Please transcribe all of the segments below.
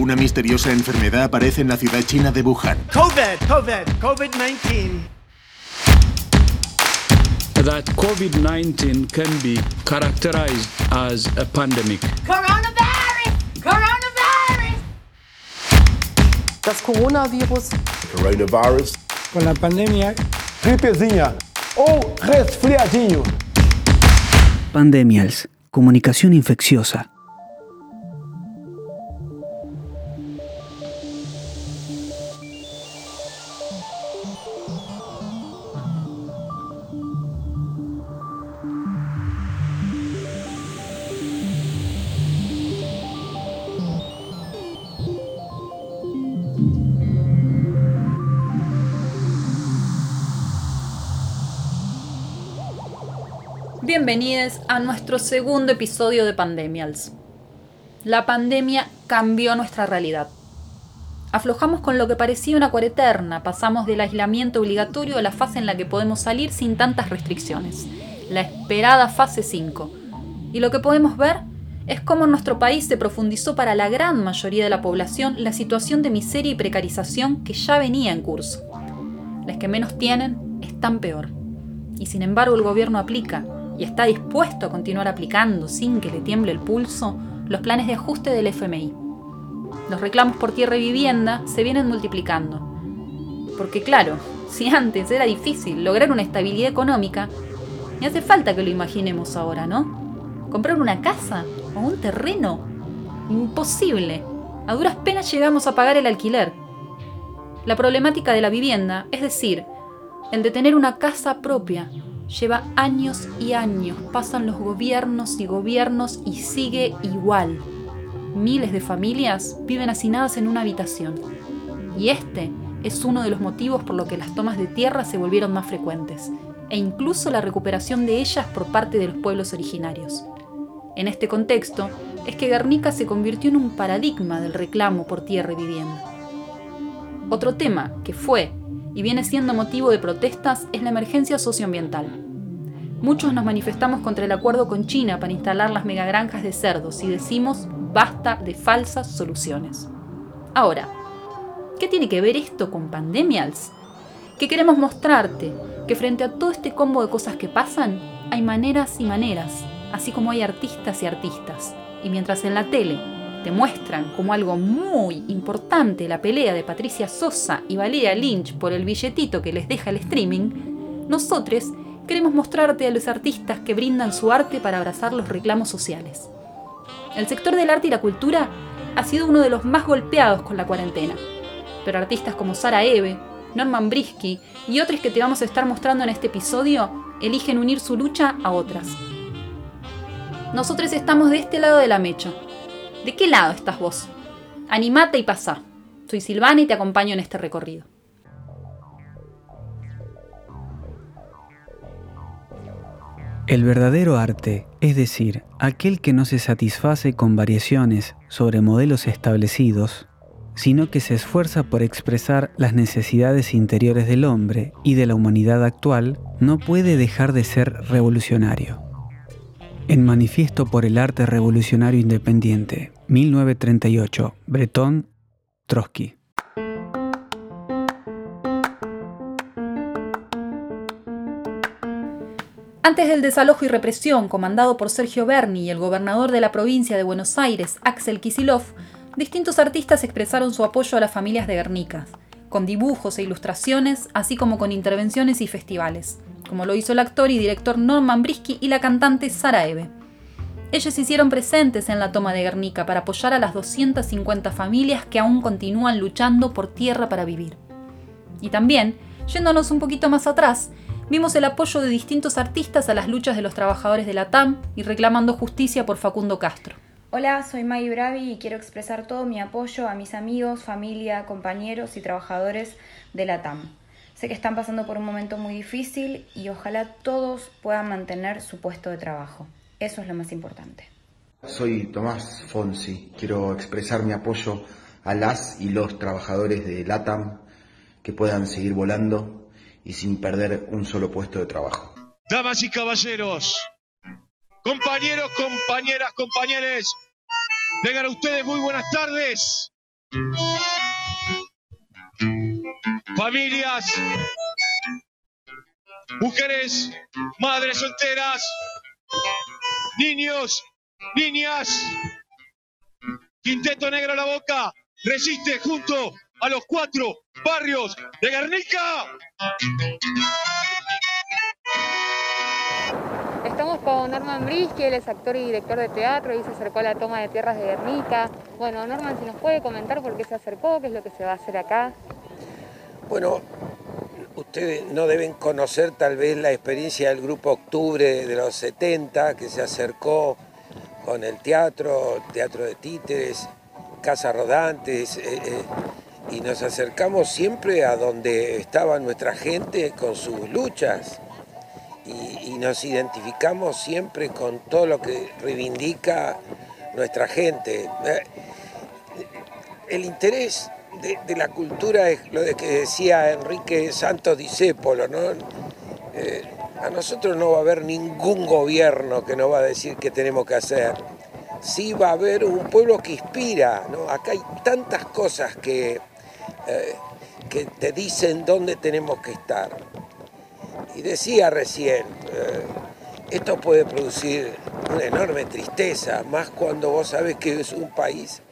Una misteriosa enfermedad aparece en la ciudad china de Wuhan. COVID-19. That COVID-19 can be characterized as a pandemic. Coronavirus! Das Coronavirus. Coronavirus. Con la pandemia. Gripezinha ou resfriadinho. Pandemials, comunicación infecciosa. Bienvenidos a nuestro segundo episodio de Pandemials. La pandemia cambió nuestra realidad. Aflojamos con lo que parecía una cuareterna, pasamos del aislamiento obligatorio a la fase en la que podemos salir sin tantas restricciones, la esperada fase 5. Y lo que podemos ver es cómo en nuestro país se profundizó para la gran mayoría de la población la situación de miseria y precarización que ya venía en curso. Las que menos tienen están peor. Y sin embargo el gobierno aplica y está dispuesto a continuar aplicando, sin que le tiemble el pulso, los planes de ajuste del FMI. Los reclamos por tierra y vivienda se vienen multiplicando. Porque claro, si antes era difícil lograr una estabilidad económica, me hace falta que lo imaginemos ahora, ¿no? ¿Comprar una casa o un terreno? Imposible. A duras penas llegamos a pagar el alquiler. La problemática de la vivienda, es decir, el de tener una casa propia, lleva años y años, pasan los gobiernos y sigue igual. Miles de familias viven hacinadas en una habitación. Y este es uno de los motivos por los que las tomas de tierra se volvieron más frecuentes, e incluso la recuperación de ellas por parte de los pueblos originarios. En este contexto, es que Guernica se convirtió en un paradigma del reclamo por tierra y vivienda. Otro tema que fue y viene siendo motivo de protestas es la emergencia socioambiental. Muchos nos manifestamos contra el acuerdo con China para instalar las megagranjas de cerdos y decimos basta de falsas soluciones. Ahora, ¿qué tiene que ver esto con Pandemials? Que queremos mostrarte que frente a todo este combo de cosas que pasan, hay maneras y maneras, así como hay artistas y artistas. Y mientras en la tele te muestran como algo muy importante la pelea de Patricia Sosa y Valeria Lynch por el billetito que les deja el streaming, nosotros queremos mostrarte a los artistas que brindan su arte para abrazar los reclamos sociales. El sector del arte y la cultura ha sido uno de los más golpeados con la cuarentena, pero artistas como Sara Eve, Norman Brisky y otros que te vamos a estar mostrando en este episodio eligen unir su lucha a otras. Nosotros estamos de este lado de la mecha. ¿De qué lado estás vos? Animate y pasá. Soy Silvana y te acompaño en este recorrido. El verdadero arte, es decir, aquel que no se satisface con variaciones sobre modelos establecidos, sino que se esfuerza por expresar las necesidades interiores del hombre y de la humanidad actual, no puede dejar de ser revolucionario. En Manifiesto por el Arte Revolucionario Independiente, 1938, Bretón, Trotsky. Antes del desalojo y represión comandado por Sergio Berni y el gobernador de la provincia de Buenos Aires, Axel Kicillof, distintos artistas expresaron su apoyo a las familias de Guernica, con dibujos e ilustraciones, así como con intervenciones y festivales, como lo hizo el actor y director Norman Brisky y la cantante Sara Eve. Ellos se hicieron presentes en la toma de Guernica para apoyar a las 250 familias que aún continúan luchando por tierra para vivir. Y también, yéndonos un poquito más atrás, vimos el apoyo de distintos artistas a las luchas de los trabajadores de la TAM y reclamando justicia por Facundo Castro. Hola, soy Maggie Bravi y quiero expresar todo mi apoyo a mis amigos, familia, compañeros y trabajadores de la TAM. Sé que están pasando por un momento muy difícil y ojalá todos puedan mantener su puesto de trabajo. Eso es lo más importante. Soy Tomás Fonsi. Quiero expresar mi apoyo a las y los trabajadores de LATAM que puedan seguir volando y sin perder un solo puesto de trabajo. Damas y caballeros, compañeros, compañeras, compañeres, vengan ustedes, muy buenas tardes. Familias, mujeres, madres solteras, niños, niñas, Quinteto Negro La Boca resiste junto a los 4 barrios de Guernica. Estamos con Norman Briz, que él es actor y director de teatro y se acercó a la toma de tierras de Guernica. Bueno, Norman, si nos puede comentar por qué se acercó, qué es lo que se va a hacer acá. Bueno, ustedes no deben conocer tal vez la experiencia del Grupo Octubre de los 70, que se acercó con el teatro de títeres, Casa Rodantes, y nos acercamos siempre a donde estaba nuestra gente con sus luchas. Y nos identificamos siempre con todo lo que reivindica nuestra gente. El interés de la cultura es lo de que decía Enrique Santos Discépolo, ¿no? A nosotros no va a haber ningún gobierno que nos va a decir qué tenemos que hacer. Sí va a haber un pueblo que inspira, ¿no? Acá hay tantas cosas que te dicen dónde tenemos que estar. Y decía recién, esto puede producir una enorme tristeza, más cuando vos sabés que es un país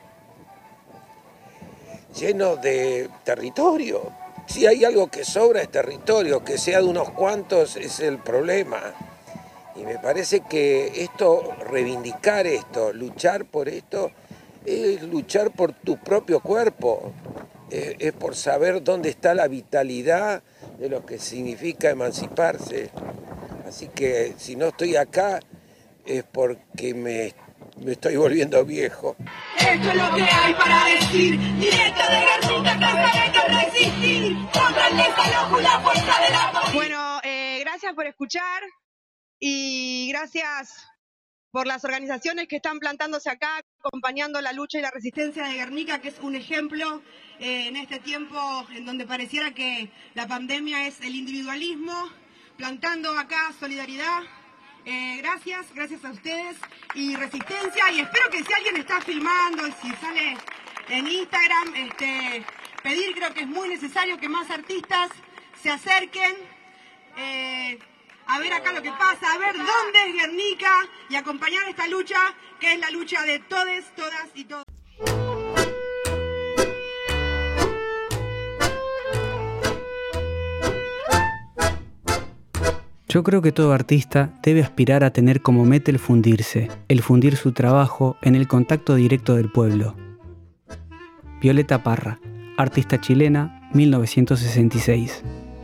lleno de territorio. Si hay algo que sobra es territorio, que sea de unos cuantos es el problema. Y me parece que reivindicar esto, luchar por esto, es luchar por tu propio cuerpo, es por saber dónde está la vitalidad de lo que significa emanciparse. Así que si no estoy acá es porque me estoy volviendo viejo. Esto es lo que hay para decir, directo de Guernica, Casa de resistir, contra el desalojo y la fuerza de la paz. Bueno, gracias por escuchar y gracias por las organizaciones que están plantándose acá, acompañando la lucha y la resistencia de Guernica, que es un ejemplo en este tiempo en donde pareciera que la pandemia es el individualismo, plantando acá solidaridad. Gracias a ustedes y resistencia, y espero que si alguien está filmando y si sale en Instagram, pedir, creo que es muy necesario que más artistas se acerquen a ver acá lo que pasa, a ver dónde es Guernica y acompañar esta lucha, que es la lucha de todes, todas y todos. Yo creo que todo artista debe aspirar a tener como meta el fundir su trabajo en el contacto directo del pueblo. Violeta Parra, artista chilena, 1966.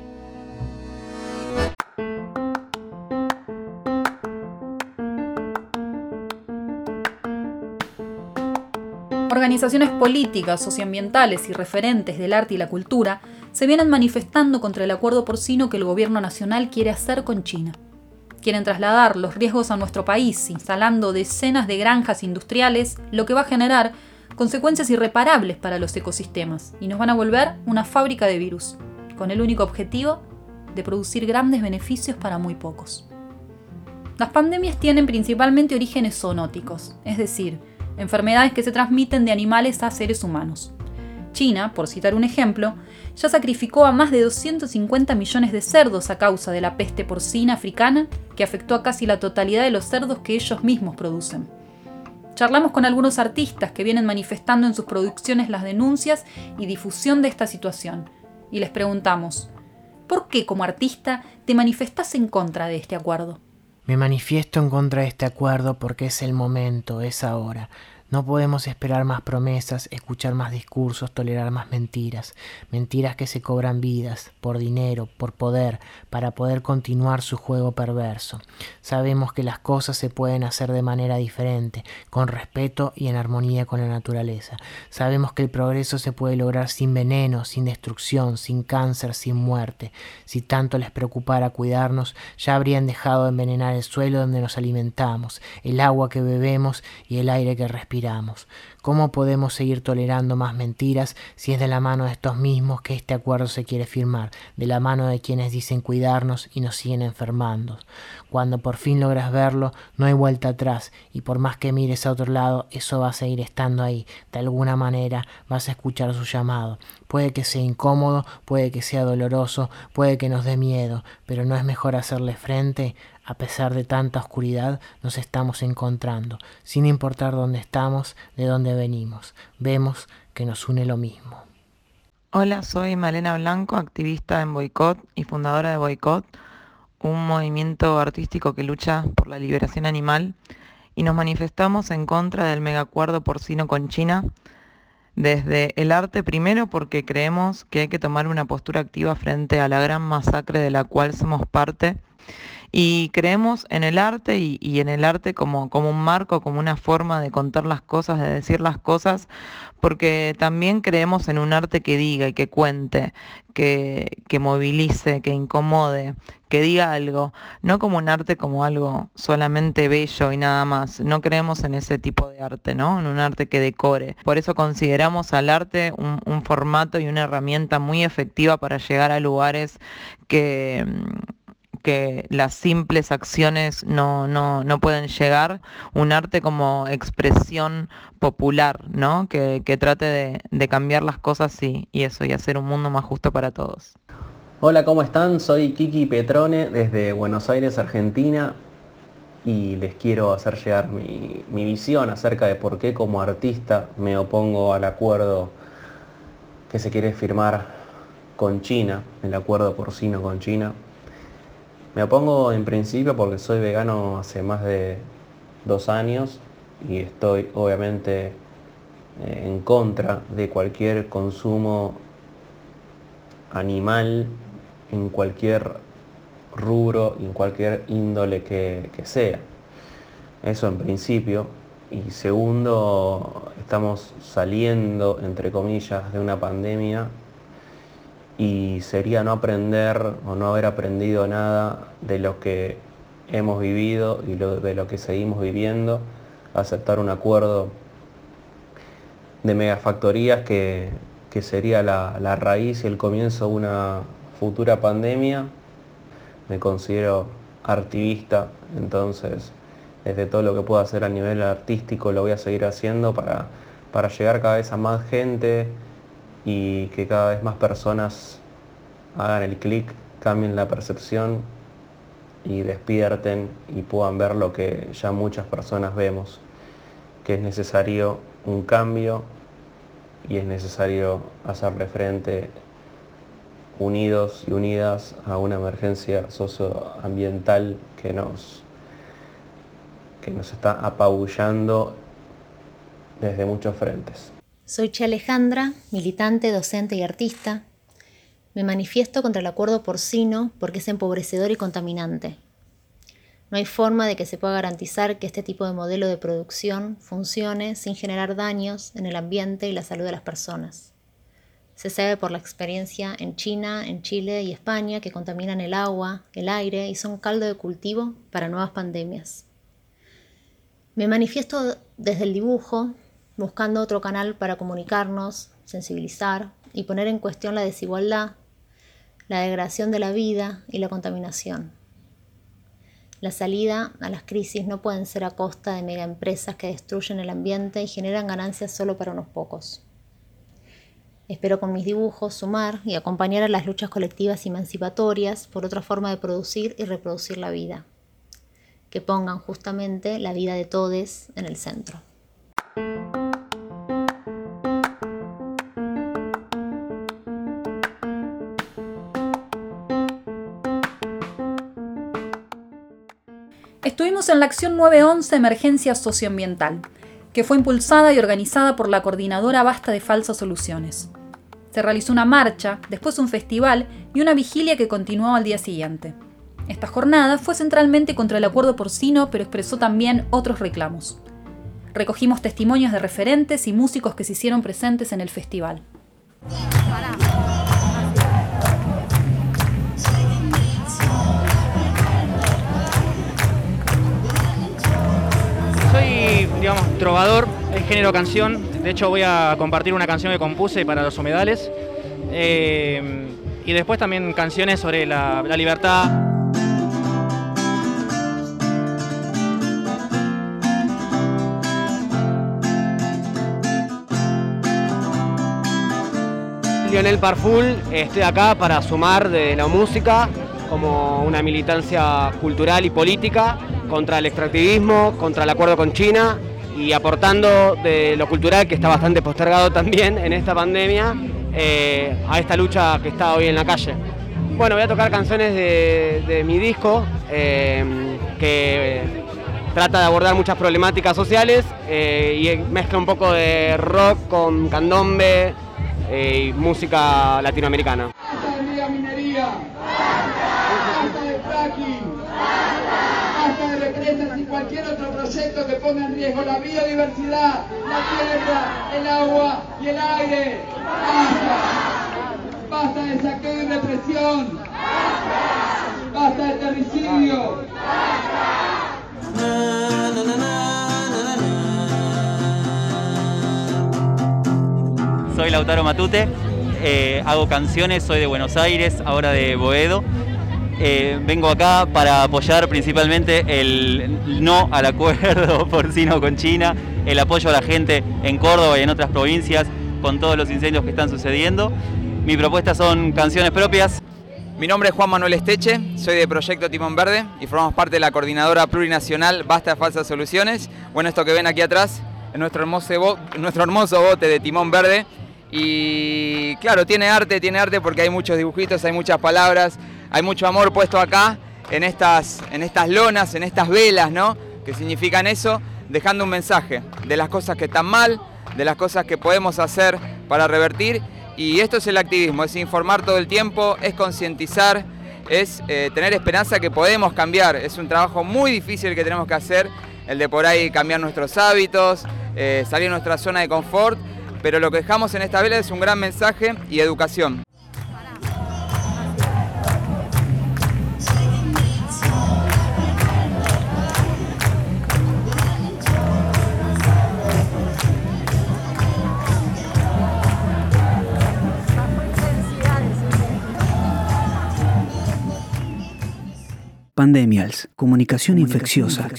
Organizaciones políticas, socioambientales y referentes del arte y la cultura se vienen manifestando contra el acuerdo porcino que el gobierno nacional quiere hacer con China. Quieren trasladar los riesgos a nuestro país, instalando decenas de granjas industriales, lo que va a generar consecuencias irreparables para los ecosistemas y nos van a volver una fábrica de virus, con el único objetivo de producir grandes beneficios para muy pocos. Las pandemias tienen principalmente orígenes zoonóticos, es decir, enfermedades que se transmiten de animales a seres humanos. China, por citar un ejemplo, ya sacrificó a más de 250 millones de cerdos a causa de la peste porcina africana que afectó a casi la totalidad de los cerdos que ellos mismos producen. Charlamos con algunos artistas que vienen manifestando en sus producciones las denuncias y difusión de esta situación y les preguntamos, ¿por qué como artista te manifestás en contra de este acuerdo? Me manifiesto en contra de este acuerdo porque es el momento, es ahora. No podemos esperar más promesas, escuchar más discursos, tolerar más mentiras. Mentiras que se cobran vidas, por dinero, por poder, para poder continuar su juego perverso. Sabemos que las cosas se pueden hacer de manera diferente, con respeto y en armonía con la naturaleza. Sabemos que el progreso se puede lograr sin veneno, sin destrucción, sin cáncer, sin muerte. Si tanto les preocupara cuidarnos, ya habrían dejado de envenenar el suelo donde nos alimentamos, el agua que bebemos y el aire que respiramos. respiramos. ¿Cómo podemos seguir tolerando más mentiras si es de la mano de estos mismos que este acuerdo se quiere firmar, de la mano de quienes dicen cuidarnos y nos siguen enfermando? Cuando por fin logras verlo, no hay vuelta atrás, y por más que mires a otro lado, eso va a seguir estando ahí. De alguna manera vas a escuchar su llamado. Puede que sea incómodo, puede que sea doloroso, puede que nos dé miedo, pero ¿no es mejor hacerle frente? A pesar de tanta oscuridad, nos estamos encontrando, sin importar dónde estamos, de dónde venimos. Vemos que nos une lo mismo. Hola, soy Malena Blanco, activista en Boicot y fundadora de Boicot, un movimiento artístico que lucha por la liberación animal, y nos manifestamos en contra del megacuerdo porcino con China. Desde el arte, primero porque creemos que hay que tomar una postura activa frente a la gran masacre de la cual somos parte, y creemos en el arte y en el arte como un marco, como una forma de contar las cosas, de decir las cosas, porque también creemos en un arte que diga y que cuente, que movilice, que incomode, que diga algo, no como un arte como algo solamente bello y nada más. No creemos en ese tipo de arte, ¿no? En un arte que decore. Por eso consideramos al arte un formato y una herramienta muy efectiva para llegar a lugares que las simples acciones no pueden llegar. Un arte como expresión popular, ¿no? Que trate de cambiar las cosas y hacer un mundo más justo para todos. Hola, ¿cómo están? Soy Kiki Petrone desde Buenos Aires, Argentina, y les quiero hacer llegar mi visión acerca de por qué como artista me opongo al acuerdo que se quiere firmar con China, el acuerdo porcino con China. Me opongo en principio porque soy vegano hace más de 2 años y estoy obviamente en contra de cualquier consumo animal en cualquier rubro y en cualquier índole que sea. Eso en principio. Y segundo, estamos saliendo, entre comillas, de una pandemia y sería no aprender o no haber aprendido nada de lo que hemos vivido y de lo que seguimos viviendo, aceptar un acuerdo de megafactorías que sería la raíz y el comienzo de una futura pandemia. Me considero artivista, entonces desde todo lo que puedo hacer a nivel artístico lo voy a seguir haciendo para llegar cada vez a más gente y que cada vez más personas hagan el clic, cambien la percepción y despierten y puedan ver lo que ya muchas personas vemos, que es necesario un cambio y es necesario hacerle frente unidos y unidas a una emergencia socioambiental que nos está apabullando desde muchos frentes. Soy Che Alejandra, militante, docente y artista. Me manifiesto contra el acuerdo porcino porque es empobrecedor y contaminante. No hay forma de que se pueda garantizar que este tipo de modelo de producción funcione sin generar daños en el ambiente y la salud de las personas. Se sabe por la experiencia en China, en Chile y España que contaminan el agua, el aire y son caldo de cultivo para nuevas pandemias. Me manifiesto desde el dibujo, buscando otro canal para comunicarnos, sensibilizar y poner en cuestión la desigualdad, la degradación de la vida y la contaminación. La salida a las crisis no pueden ser a costa de megaempresas que destruyen el ambiente y generan ganancias solo para unos pocos. Espero con mis dibujos sumar y acompañar a las luchas colectivas emancipatorias por otra forma de producir y reproducir la vida, que pongan justamente la vida de todos en el centro. Estuvimos en la acción 911 Emergencia Socioambiental, que fue impulsada y organizada por la coordinadora Basta de Falsas Soluciones. Se realizó una marcha, después un festival y una vigilia que continuó al día siguiente. Esta jornada fue centralmente contra el acuerdo porcino, pero expresó también otros reclamos. Recogimos testimonios de referentes y músicos que se hicieron presentes en el festival. Soy soy, digamos, trovador, es género canción. De hecho voy a compartir una canción que compuse para Los Humedales. Y después también canciones sobre la libertad. Lionel Parful, estoy acá para sumar de la música como una militancia cultural y política contra el extractivismo, contra el acuerdo con China y aportando de lo cultural, que está bastante postergado también en esta pandemia, a esta lucha que está hoy en la calle. Bueno, voy a tocar canciones de mi disco que trata de abordar muchas problemáticas sociales y mezcla un poco de rock con candombe y música latinoamericana. Basta de megaminería, basta de fracking, basta de represas y cualquier otro proyecto que ponga en riesgo la biodiversidad, la tierra, el agua y el aire. Basta de saqueo y represión, basta de terricidio. Soy Lautaro Matute, hago canciones, soy de Buenos Aires, ahora de Boedo. Vengo acá para apoyar principalmente el no al acuerdo porcino con China, el apoyo a la gente en Córdoba y en otras provincias con todos los incendios que están sucediendo. Mi propuesta son canciones propias. Mi nombre es Juan Manuel Esteche, soy de Proyecto Timón Verde y formamos parte de la coordinadora plurinacional Basta de Falsas Soluciones. Bueno, esto que ven aquí atrás es nuestro hermoso bote de timón verde. Y claro, tiene arte porque hay muchos dibujitos, hay muchas palabras, hay mucho amor puesto acá en estas lonas, en estas velas, ¿no? Que significan eso, dejando un mensaje de las cosas que están mal, de las cosas que podemos hacer para revertir. Y esto es el activismo, es informar todo el tiempo, es concientizar, es tener esperanza que podemos cambiar. Es un trabajo muy difícil que tenemos que hacer, el de por ahí cambiar nuestros hábitos, salir de nuestra zona de confort. Pero lo que dejamos en esta vela es un gran mensaje y educación. Pandemials, comunicación infecciosa.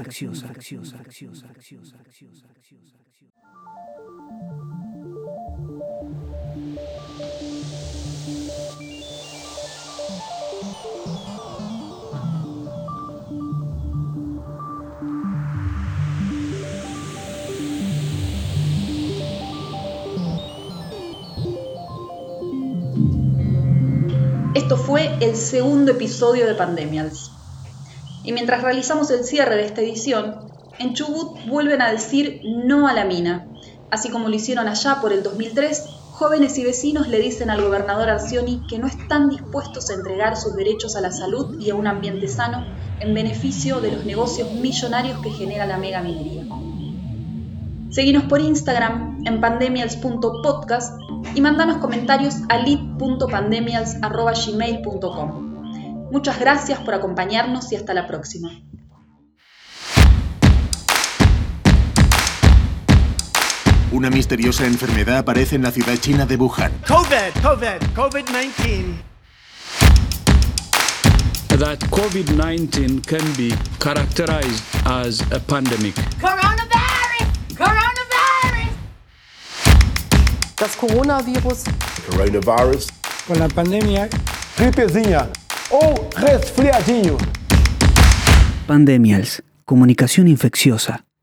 Esto fue el segundo episodio de Pandemials. Y mientras realizamos el cierre de esta edición, en Chubut vuelven a decir no a la mina. Así como lo hicieron allá por el 2003, jóvenes y vecinos le dicen al gobernador Arcioni que no están dispuestos a entregar sus derechos a la salud y a un ambiente sano en beneficio de los negocios millonarios que genera la megaminería. Seguinos por Instagram en pandemials.podcast y mandanos comentarios a lead.pandemials@gmail.com. Muchas gracias por acompañarnos y hasta la próxima. Una misteriosa enfermedad aparece en la ciudad china de Wuhan. COVID-19. That COVID-19 can be characterized as a pandemic. Das Coronavirus. Coronavirus. Con la pandemia. Gripezinha ou resfriadinho. Pandemials, comunicación infecciosa.